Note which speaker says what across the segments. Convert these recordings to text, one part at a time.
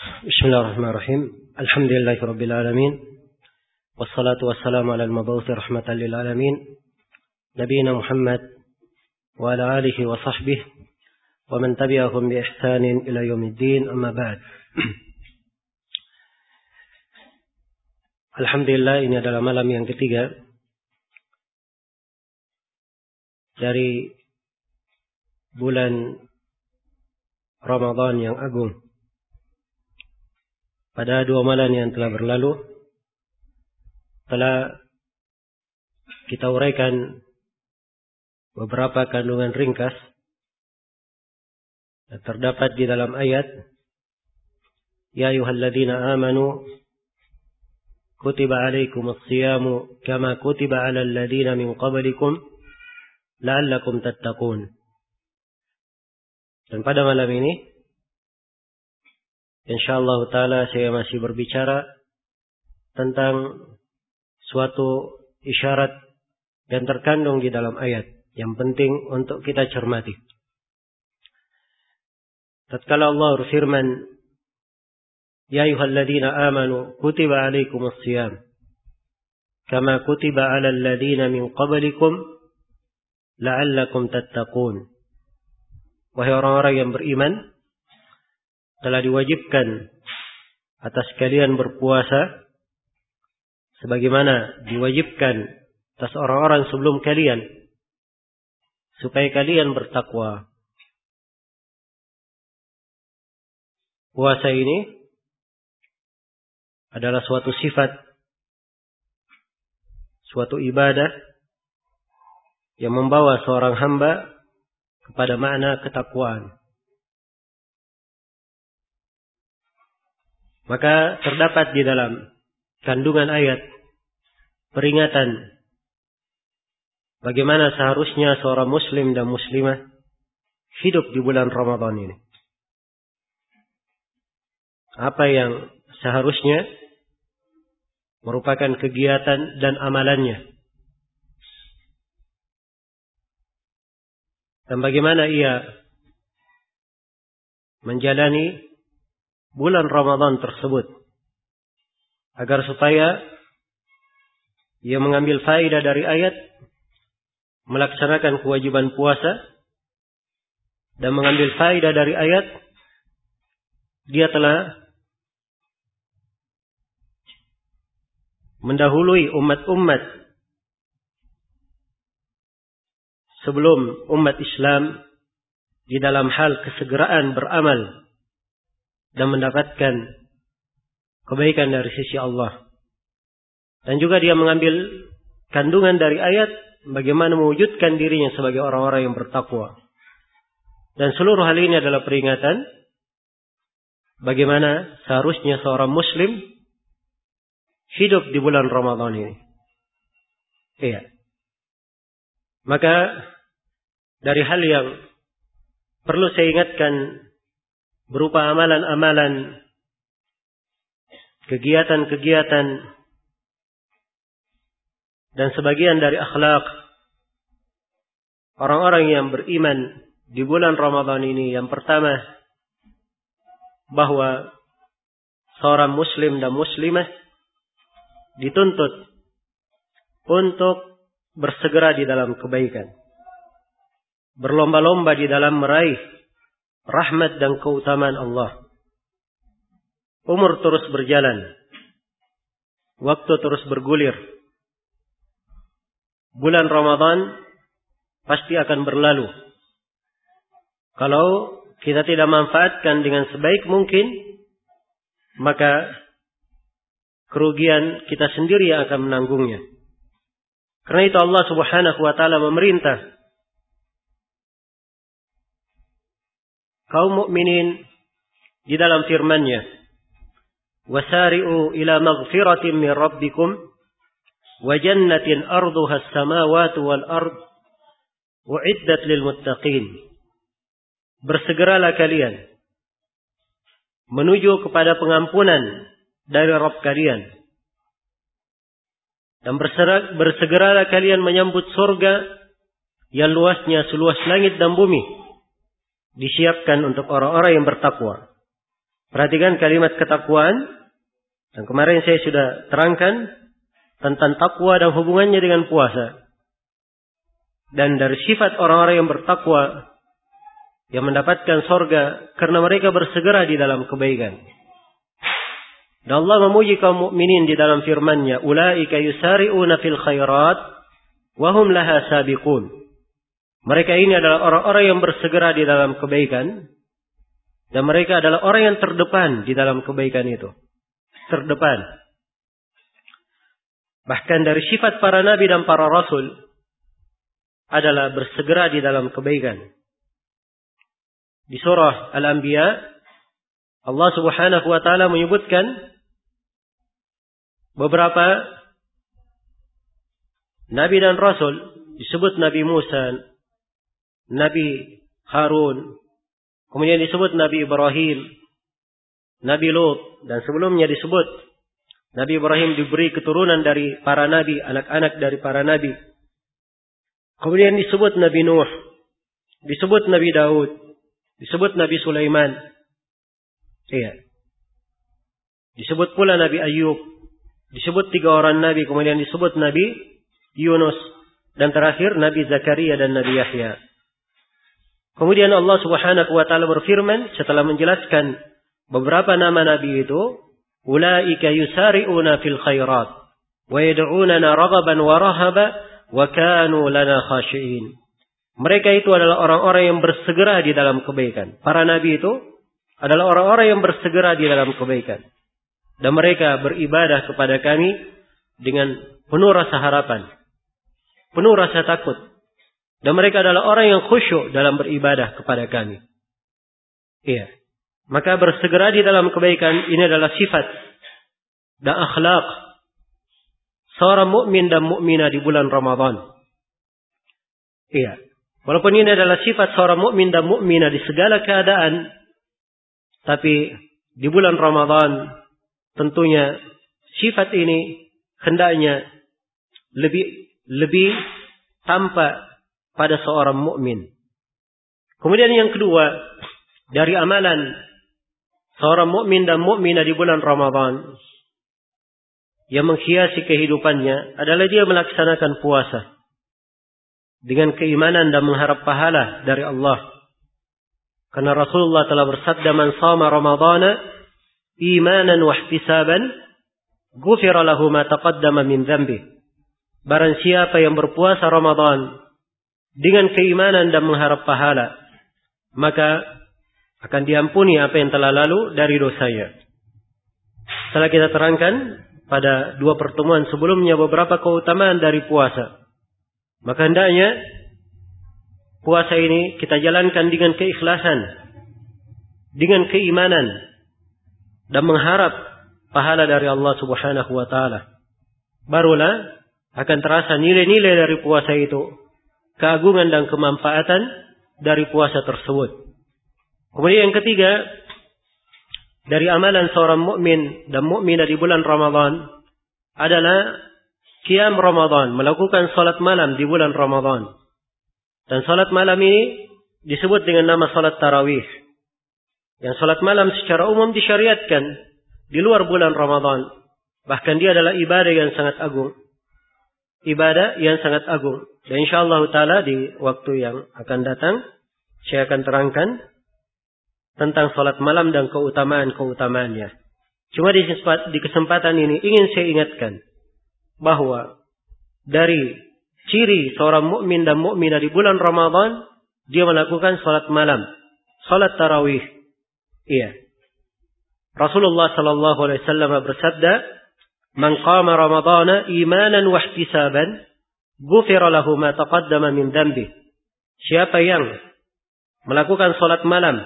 Speaker 1: Bismillahirrahmanirrahim. Alhamdulillahirabbil alamin. Wassalatu wassalamu ala al-mab'uts rahmatan lil alamin. Nabiyina Muhammad wa ala alihi wa sahbihi wa man tabi'ahum bi ihsanin ila yaumiddin. Amma ba'd. Alhamdulillah, ini adalah malam yang ketiga dari bulan Ramadan yang agung. Pada 2 malam yang telah berlalu, telah kita uraikan beberapa kandungan ringkas yang terdapat di dalam ayat, Ya ayyuhalladzina amanu kutiba alaikumus siyamu kama kutiba alal ladzina min qablikum la'allakum tattaqun. Dan pada malam ini insyaallah ta'ala saya masih berbicara tentang suatu isyarat yang terkandung di dalam ayat yang penting untuk kita cermati. Tatkala Allah berfirman, Ya ayyuhalladzina amanu kutiba alaikumus siyam kama kutiba alal ladzina min qablikum la'allakum tattaqun. Wahai orang-orang yang beriman, telah diwajibkan atas kalian berpuasa sebagaimana diwajibkan atas orang-orang sebelum kalian, supaya kalian bertakwa. Puasa ini adalah suatu sifat, suatu ibadah yang membawa seorang hamba kepada makna ketakwaan. Maka terdapat di dalam kandungan ayat peringatan bagaimana seharusnya seorang muslim dan muslimah hidup di bulan Ramadan ini. Apa yang seharusnya merupakan kegiatan dan amalannya. Dan bagaimana ia menjalani bulan Ramadan tersebut, agar supaya ia mengambil faedah dari ayat, melaksanakan kewajiban puasa, dan mengambil faedah dari ayat, dia telah mendahului umat-umat sebelum umat Islam di dalam hal kesegeraan beramal dan mendapatkan kebaikan dari sisi Allah. Dan juga dia mengambil kandungan dari ayat bagaimana mewujudkan dirinya sebagai orang-orang yang bertakwa. Dan seluruh hal ini adalah peringatan bagaimana seharusnya seorang muslim hidup di bulan Ramadan ini. Iya. Maka dari hal yang perlu saya ingatkan berupa amalan-amalan, kegiatan-kegiatan, dan sebagian dari akhlak orang-orang yang beriman di bulan Ramadan ini. Yang pertama, bahwa seorang muslim dan muslimah dituntut untuk bersegera di dalam kebaikan, berlomba-lomba di dalam meraih rahmat dan keutamaan Allah. Umur terus berjalan, waktu terus bergulir. Bulan Ramadan pasti akan berlalu. Kalau kita tidak manfaatkan dengan sebaik mungkin, maka kerugian kita sendiri yang akan menanggungnya. Karena itu Allah Subhanahu wa taala memerintah kaum mukminin di dalam firman-Nya, "Wasari'u ila maghfiratin min rabbikum wa jannatin arduha as-samawati wal ard u'iddat lil muttaqin." Bersegeralah kalian menuju kepada pengampunan dari Rabb kalian, dan bersegeralah kalian menyambut surga yang luasnya seluas langit dan bumi, disiapkan untuk orang-orang yang bertakwa. Perhatikan kalimat ketakwaan. Dan kemarin saya sudah terangkan tentang takwa dan hubungannya dengan puasa. Dan dari sifat orang-orang yang bertakwa, yang mendapatkan sorga, karena mereka bersegera di dalam kebaikan. Dan Allah memuji kaum mukminin di dalam firman-Nya, "Ulaika yusari'una fil khairat wa hum laha sabiqun." Mereka ini adalah orang-orang yang bersegera di dalam kebaikan, dan mereka adalah orang yang terdepan di dalam kebaikan itu. Terdepan. Bahkan dari sifat para nabi dan para rasul adalah bersegera di dalam kebaikan. Di surah Al-Anbiya, Allah Subhanahu wa taala menyebutkan beberapa nabi dan rasul. Disebut Nabi Musa, Nabi Harun, kemudian disebut Nabi Ibrahim, Nabi Lut, dan sebelumnya disebut Nabi Ibrahim diberi keturunan dari para nabi, anak-anak dari para nabi. Kemudian disebut Nabi Nuh, disebut Nabi Daud, disebut Nabi Sulaiman. Iya. Disebut pula Nabi Ayub, disebut 3 orang nabi, kemudian disebut Nabi Yunus, dan terakhir Nabi Zakaria dan Nabi Yahya. Kemudian Allah Subhanahu wa taala berfirman setelah menjelaskan beberapa nama nabi itu, "Ulaika yusari'una fil khairat wa yad'unana raghaban wa rahaba wa kanu lana khashi'in." Mereka itu adalah orang-orang yang bersegera di dalam kebaikan. Para nabi itu adalah orang-orang yang bersegera di dalam kebaikan. Dan mereka beribadah kepada kami dengan penuh rasa harapan, penuh rasa takut. Dan mereka adalah orang yang khusyuk dalam beribadah kepada kami. Iya. Maka bersegera di dalam kebaikan ini adalah sifat dan akhlak seorang mukmin dan mukminah di bulan Ramadan. Iya. Walaupun ini adalah sifat seorang mukmin dan mukminah di segala keadaan, tapi di bulan Ramadan tentunya sifat ini hendaknya lebih tampak pada seorang mukmin. Kemudian yang kedua, dari amalan seorang mukmin dan mukminah di bulan Ramadan yang menghiasi kehidupannya adalah dia melaksanakan puasa dengan keimanan dan mengharap pahala dari Allah. Karena Rasulullah telah bersabda, "Man shama Ramadhana imanan wa ihtisaban, ghufira lahu ma taqaddama min dhanbi." Barang siapa yang berpuasa Ramadan dengan keimanan dan mengharap pahala, maka akan diampuni apa yang telah lalu dari dosanya. Setelah kita terangkan pada 2 pertemuan sebelumnya beberapa keutamaan dari puasa, maka hendaknya puasa ini kita jalankan dengan keikhlasan, dengan keimanan, dan mengharap pahala dari Allah Subhanahu wa taala. Barulah akan terasa nilai-nilai dari puasa itu, keagungan dan kemanfaatan dari puasa tersebut. Kemudian yang ketiga, dari amalan seorang mukmin dan mukminah di bulan Ramadan adalah qiyam Ramadan, melakukan salat malam di bulan Ramadan. Dan salat malam ini disebut dengan nama salat tarawih. Yang salat malam secara umum disyariatkan di luar bulan Ramadan. Bahkan dia adalah ibadah yang sangat agung. Ibadah yang sangat agung. Dan insyaallah taala di waktu yang akan datang saya akan terangkan tentang salat malam dan keutamaan-keutamaannya. Cuma di kesempatan ini ingin saya ingatkan bahwa dari ciri seorang mukmin dan mukminah di bulan Ramadan, dia melakukan salat malam, salat tarawih. Iya. Rasulullah sallallahu alaihi wasallam bersabda, "Man qama Ramadhana imanan wa ihtisaban, ghufira lahu ma taqaddama min dhanbi." Siapa yang melakukan salat malam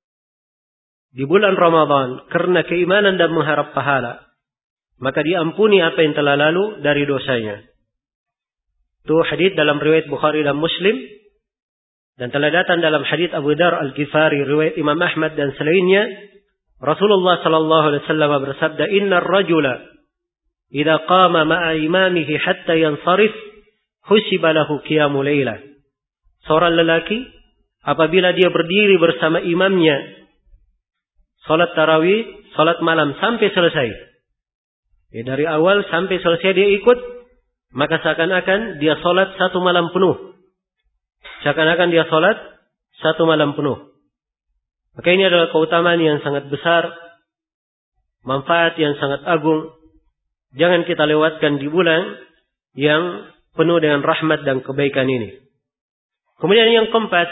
Speaker 1: di bulan Ramadan karena keimanan dan mengharap pahala, maka diampuni apa yang telah lalu dari dosanya. Itu hadits dalam riwayat Bukhari dan Muslim, dan telah datang dalam hadits Abu Dar Al-Ghifari, riwayat Imam Ahmad dan selainnya. Rasulullah sallallahu alaihi wasallam bersabda, "Innar rajula idza qama ma'a imamihi hatta yansarif, husiba lahu qiyamul lailah." Seorang lelaki apabila dia berdiri bersama imamnya salat tarawih, salat malam sampai selesai. Ya, dari awal sampai selesai dia ikut, maka seakan-akan dia salat satu malam penuh. Seakan-akan dia salat satu malam penuh. Maka ini adalah keutamaan yang sangat besar, manfaat yang sangat agung. Jangan kita lewatkan di bulan yang penuh dengan rahmat dan kebaikan ini. Kemudian yang keempat,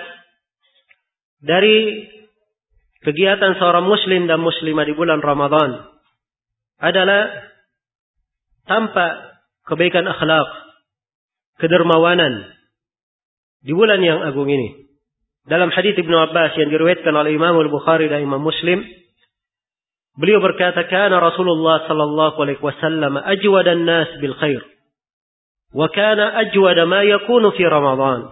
Speaker 1: dari kegiatan seorang muslim dan muslimah di bulan Ramadan adalah tampak kebaikan akhlak, kedermawanan di bulan yang agung ini. Dalam hadits Ibnu Abbas yang diriwayatkan oleh Imam Al-Bukhari dan Imam Muslim, beliau berkata, "Kana Rasulullah sallallahu alaihi wasallam ajwadan nas bil khair, wa kana ajwada ma yakunu fi Ramadan."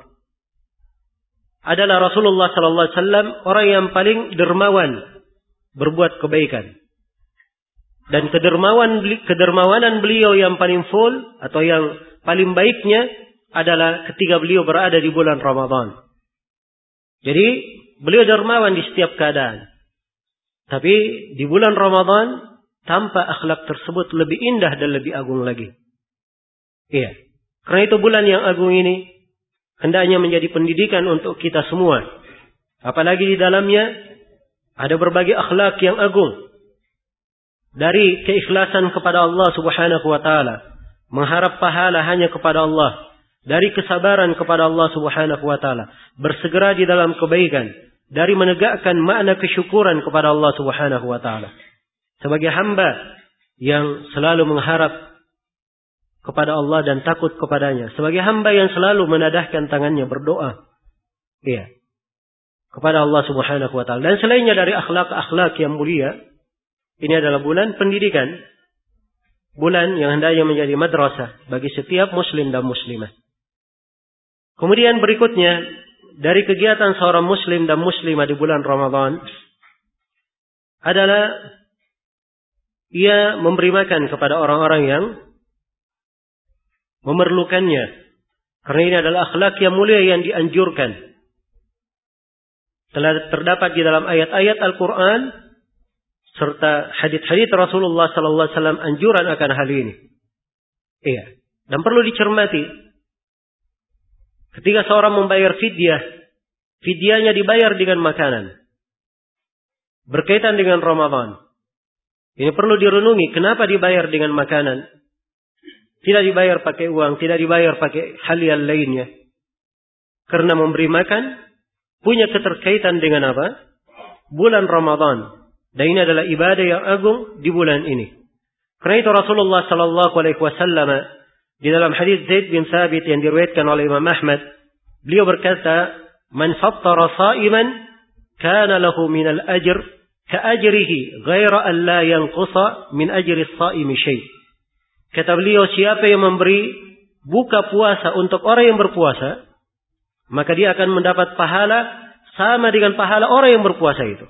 Speaker 1: Adalah Rasulullah sallallahu alaihi wasallam orang yang paling dermawan berbuat kebaikan. Dan kedermawanan beliau yang paling full atau yang paling baiknya adalah ketika beliau berada di bulan Ramadan. Jadi beliau dermawan di setiap keadaan. Tapi di bulan Ramadan tampak akhlak tersebut lebih indah dan lebih agung lagi. Iya. Karena itu bulan yang agung ini hendaknya menjadi pendidikan untuk kita semua. Apalagi di dalamnya ada berbagai akhlak yang agung. Dari keikhlasan kepada Allah Subhanahu wa taala, mengharap pahala hanya kepada Allah. Dari kesabaran kepada Allah Subhanahu wa taala, bersegera di dalam kebaikan, dari menegakkan makna kesyukuran kepada Allah Subhanahu wa taala. Sebagai hamba yang selalu mengharap kepada Allah dan takut kepadanya, sebagai hamba yang selalu menadahkan tangannya berdoa, iya, kepada Allah Subhanahu wa taala. Dan selainnya dari akhlak-akhlak yang mulia, ini adalah bulan pendidikan, bulan yang hendaknya menjadi madrasah bagi setiap muslim dan muslimah. Kemudian berikutnya, dari kegiatan seorang muslim dan muslimah di bulan Ramadan adalah ia memberi makan kepada orang-orang yang memerlukannya. Karena ini adalah akhlak yang mulia yang dianjurkan. Telah terdapat di dalam ayat-ayat Al-Quran serta hadits-hadits Rasulullah sallallahu alaihi wasallam anjuran akan hal ini. Iya, dan perlu dicermati. Ketika seorang membayar fidyah, fidyahnya dibayar dengan makanan. Berkaitan dengan Ramadan. Ini perlu direnungi, kenapa dibayar dengan makanan? Tidak dibayar pakai uang, tidak dibayar pakai hal yang lainnya. Karena memberi makan punya keterkaitan dengan apa? Bulan Ramadan. Dan ini adalah ibadah yang agung di bulan ini. Karena itu Rasulullah sallallahu alaihi wasallam di dalam hadis Zaid bin Thabit yang diriwayatkan oleh Imam Ahmad, beliau berkata, "Man fattara sha'iman kana lahu min al-ajr ka ajrihi ghaira an la yanqusa min ajri as-sha'imi syai'." Kata beliau, siapa yang memberi buka puasa untuk orang yang berpuasa, maka dia akan mendapat pahala sama dengan pahala orang yang berpuasa itu.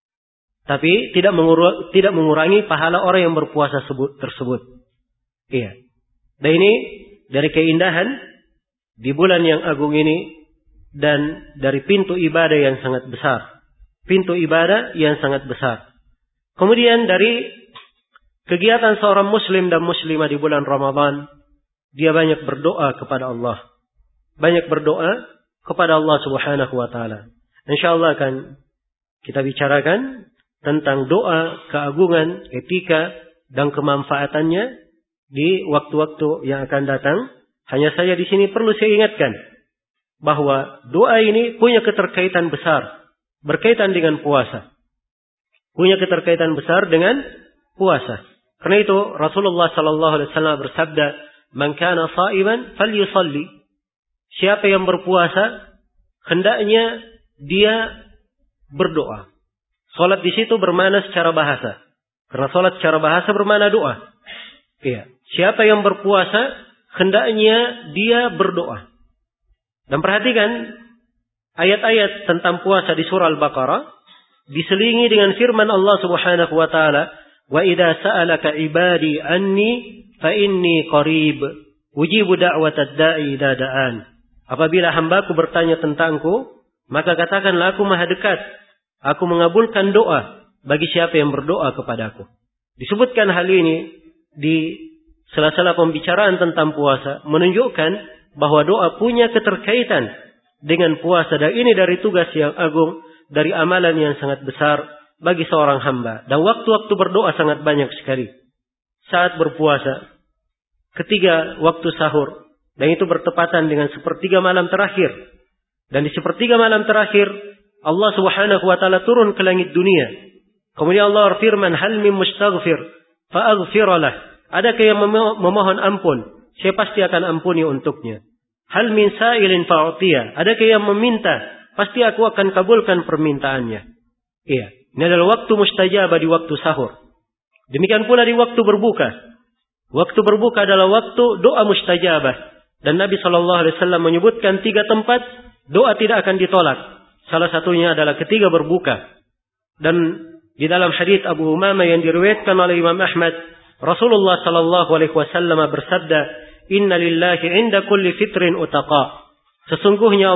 Speaker 1: Tapi tidak mengurangi pahala orang yang berpuasa tersebut. Iya. Dan ini dari keindahan di bulan yang agung ini dan dari pintu ibadah yang sangat besar. Pintu ibadah yang sangat besar. Kemudian dari kegiatan seorang muslim dan muslimah di bulan Ramadan, dia banyak berdoa kepada Allah. Banyak berdoa kepada Allah Subhanahu wa taala. Insyaallah akan kita bicarakan tentang doa, keagungan, etika dan kemanfaatannya di waktu-waktu yang akan datang. Hanya saja di sini perlu saya ingatkan bahwa doa ini punya keterkaitan besar berkaitan dengan puasa. Punya keterkaitan besar dengan puasa. Karena itu Rasulullah sallallahu alaihi wasallam bersabda, "Man kana sha'iman falyusalli." Siapa yang berpuasa hendaknya dia berdoa. Salat di situ bermakna secara bahasa. Karena salat secara bahasa bermakna doa. Iya. Siapa yang berpuasa hendaknya dia berdoa. Dan perhatikan ayat-ayat tentang puasa di surah Al-Baqarah diselingi dengan firman Allah Subhanahu wa taala, "Wa idza sa'alaka 'ibadi anni fa inni qarib, ujibu da'watad da'i idza da'an." Apabila hambaku bertanya tentangku, maka katakanlah aku maha dekat. Aku mengabulkan doa bagi siapa yang berdoa kepadaku. Disebutkan hal ini di sela-sela pembicaraan tentang puasa, menunjukkan bahwa doa punya keterkaitan dengan puasa. Dan ini dari tugas yang agung, dari amalan yang sangat besar bagi seorang hamba. Dan waktu-waktu berdoa sangat banyak sekali. Saat berpuasa, ketiga waktu sahur, dan itu bertepatan dengan sepertiga malam terakhir. Dan di sepertiga malam terakhir, Allah Subhanahu wa taala turun ke langit dunia. Kemudian Allah berfirman, "Hal min mustaghfir fa aghfiralah." Adakah yang memohon ampun? Saya pasti akan ampuni untuknya. "Hal min sa'ilin fa'utiyah." Adakah yang meminta? Pasti aku akan kabulkan permintaannya. Iya, ini adalah waktu mustajabah di waktu sahur. Demikian pula di waktu berbuka. Waktu berbuka adalah waktu doa mustajabah. Dan Nabi SAW menyebutkan 3 tempat doa tidak akan ditolak. Salah satunya adalah ketika berbuka. Dan di dalam hadits Abu Umamah yang diriwayatkan oleh Imam Ahmad, Rasulullah SAW bersabda, "Inna lillahi 'inda kulli fitrin utaqa." Sesungguhnya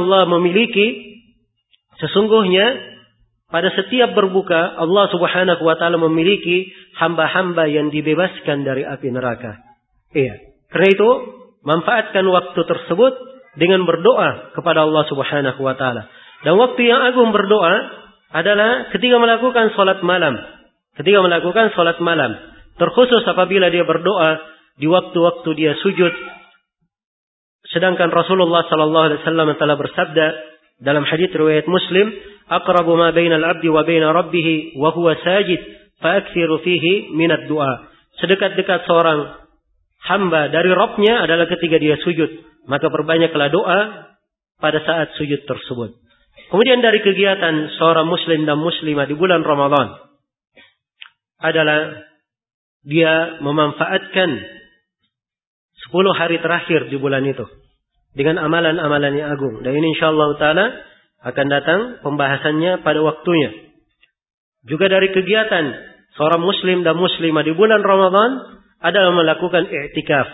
Speaker 1: pada setiap berbuka Allah Subhanahu wa taala memiliki hamba-hamba yang dibebaskan dari api neraka. Iya. Karena itu, manfaatkan waktu tersebut dengan berdoa kepada Allah Subhanahu wa taala. Dan waktu yang agung berdoa adalah ketika melakukan salat malam. Ketika melakukan salat malam, terkhusus apabila dia berdoa di waktu-waktu dia sujud. Sedangkan Rasulullah sallallahu alaihi wasallam telah bersabda dalam hadits riwayat Muslim, "Aqrabu ma bainal 'abdi wa baina rabbih wa huwa sajid, fa'aktsiru fihi minad du'a." Sedekat-dekat seorang hamba dari Rabb-nya adalah ketika dia sujud, maka perbanyaklah doa pada saat sujud tersebut. Kemudian dari kegiatan seorang muslim dan muslimah di bulan Ramadan adalah dia memanfaatkan 10 hari terakhir di bulan itu dengan amalan-amalan yang agung. Dan ini insyaallah taala akan datang pembahasannya pada waktunya. Juga dari kegiatan seorang muslim dan muslimah di bulan Ramadan adalah melakukan i'tikaf.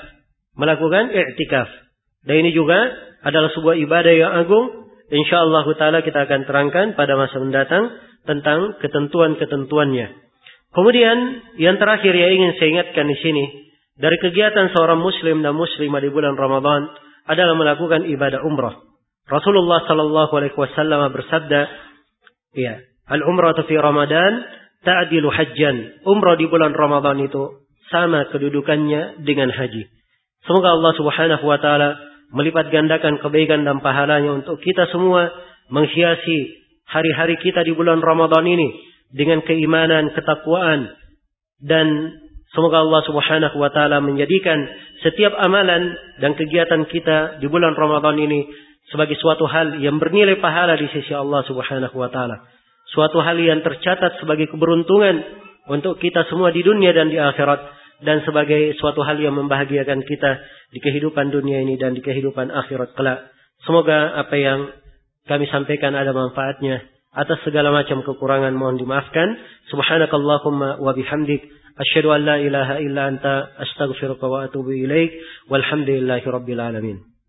Speaker 1: Dan ini juga adalah sebuah ibadah yang agung. InsyaAllah ta'ala kita akan terangkan pada masa mendatang tentang ketentuan-ketentuannya. Kemudian yang terakhir yang ingin saya ingatkan di sini, dari kegiatan seorang muslim dan muslimah di bulan Ramadan adalah melakukan ibadah umrah. Rasulullah sallallahu alaihi wasallam bersabda, ya, al-umratu fi Ramadan ta'dilu hajjan. Umrah di bulan Ramadan itu sama kedudukannya dengan haji. Semoga Allah Subhanahu wa taala melipat gandakan kebaikan dan pahalanya untuk kita semua, menghiasi hari-hari kita di bulan Ramadan ini dengan keimanan, ketakwaan, dan semoga Allah Subhanahu wa taala menjadikan setiap amalan dan kegiatan kita di bulan Ramadan ini sebagai suatu hal yang bernilai pahala di sisi Allah Subhanahu wa taala. Suatu hal yang tercatat sebagai keberuntungan untuk kita semua di dunia dan di akhirat, dan sebagai suatu hal yang membahagiakan kita di kehidupan dunia ini dan di kehidupan akhirat kelak. Semoga apa yang kami sampaikan ada manfaatnya. Atas segala macam kekurangan mohon dimaafkan. Subhanakallahumma wa bihamdik, asyhadu an la ilaha illa anta, astaghfiruka wa atubu ilaik. Walhamdulillahi rabbil alamin.